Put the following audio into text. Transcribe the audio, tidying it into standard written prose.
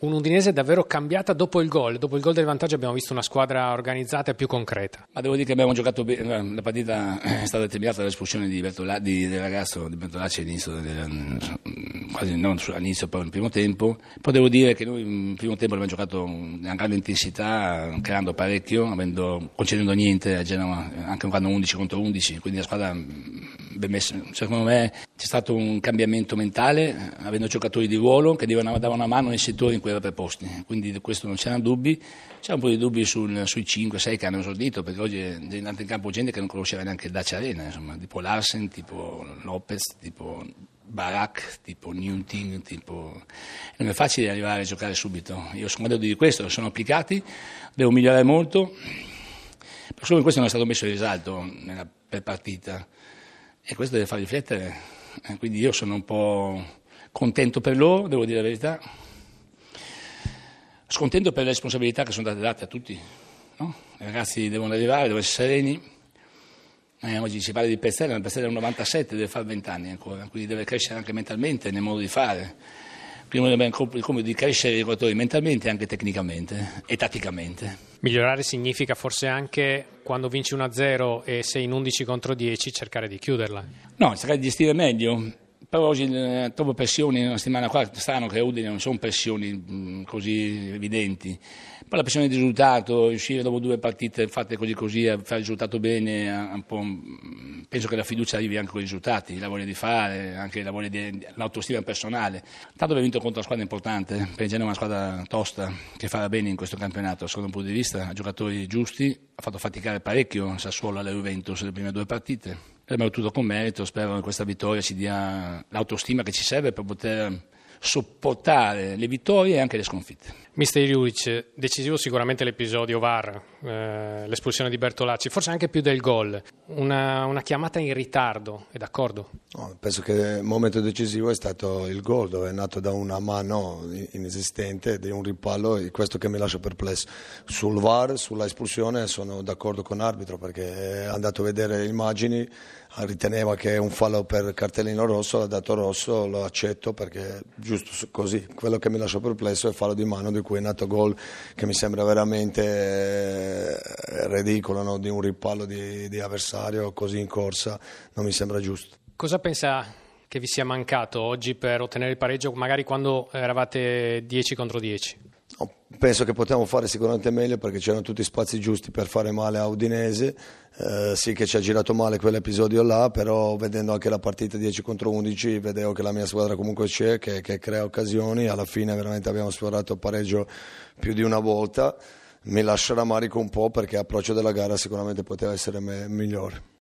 un'Udinese davvero cambiata dopo il gol del vantaggio abbiamo visto una squadra organizzata e più concreta. Ma devo dire che abbiamo giocato bene, la partita è stata determinata dall'espulsione del ragazzo di Bertolacci all'inizio, quasi non all'inizio, poi nel primo tempo. Poi devo dire che noi nel primo tempo abbiamo giocato con una grande intensità, creando parecchio, concedendo niente a Genova, anche quando 11 contro 11, quindi la squadra ben messa. Secondo me c'è stato un cambiamento mentale, avendo giocatori di ruolo che davano una mano nei settori in cui era preposti, quindi di questo non c'erano dubbi. C'è un po' di dubbi sui 5-6 che hanno esordito, perché oggi è entrata in campo gente che non conosceva neanche il Dacia Arena, insomma, tipo Larsen, tipo Lopez, tipo Barak, tipo Newton, non è facile arrivare a giocare subito. Io sono convinto di questo, sono applicati, devo migliorare molto, solo in questo non è stato messo in risalto per partita e questo deve far riflettere, quindi io sono un po' contento per loro, devo dire la verità, scontento per le responsabilità che sono state date a tutti, no? I ragazzi devono arrivare, devono essere sereni. Oggi si parla di Pezzella, ma Pezzella è un 97, deve fare 20 anni ancora, quindi deve crescere anche mentalmente nel modo di fare. Quindi noi abbiamo il compito di crescere i giocatori mentalmente e anche tecnicamente e tatticamente. Migliorare significa forse anche quando vinci 1-0 e sei in 11 contro 10 cercare di chiuderla. No, cercare di gestire meglio. Però oggi trovo pressioni, una settimana qua, strano che a Udine non sono pressioni così evidenti. Poi la pressione di risultato, riuscire dopo 2 partite fatte così a fare il risultato bene, un po', penso che la fiducia arrivi anche con i risultati, la voglia di fare, anche l'autostima personale. Tanto abbiamo vinto contro una squadra importante, per Genova è una squadra tosta che farà bene in questo campionato, secondo un punto di vista, ha giocatori giusti, ha fatto faticare parecchio Sassuolo alla Juventus le prime 2 partite. Abbiamo tutto con merito, spero che questa vittoria ci dia l'autostima che ci serve per poter sopportare le vittorie e anche le sconfitte. Mister Juric, decisivo sicuramente l'episodio VAR, l'espulsione di Bertolacci, forse anche più del gol, una chiamata in ritardo, è d'accordo? No, penso che il momento decisivo è stato il gol, dove è nato da una mano inesistente, di un rimpallo, e questo che mi lascia perplesso. Sul VAR, sulla espulsione sono d'accordo con l'arbitro, perché è andato a vedere le immagini, riteneva che è un fallo per cartellino rosso, l'ha dato rosso, lo accetto perché è giusto così. Quello che mi lascia perplesso è il fallo di mano di cui è nato gol, che mi sembra veramente ridicolo, no? Di un rimpallo di avversario così in corsa, non mi sembra giusto. Cosa pensa che vi sia mancato oggi per ottenere il pareggio, magari quando eravate 10 contro 10? No, penso che potevamo fare sicuramente meglio, perché c'erano tutti spazi giusti per fare male a Udinese. Sì che ci ha girato male quell'episodio là, però vedendo anche la partita 10 contro 11 vedevo che la mia squadra comunque c'è, che crea occasioni. Alla fine veramente abbiamo sforato il pareggio più di una volta. Mi lascia rammarico un po', perché l'approccio della gara sicuramente poteva essere migliore.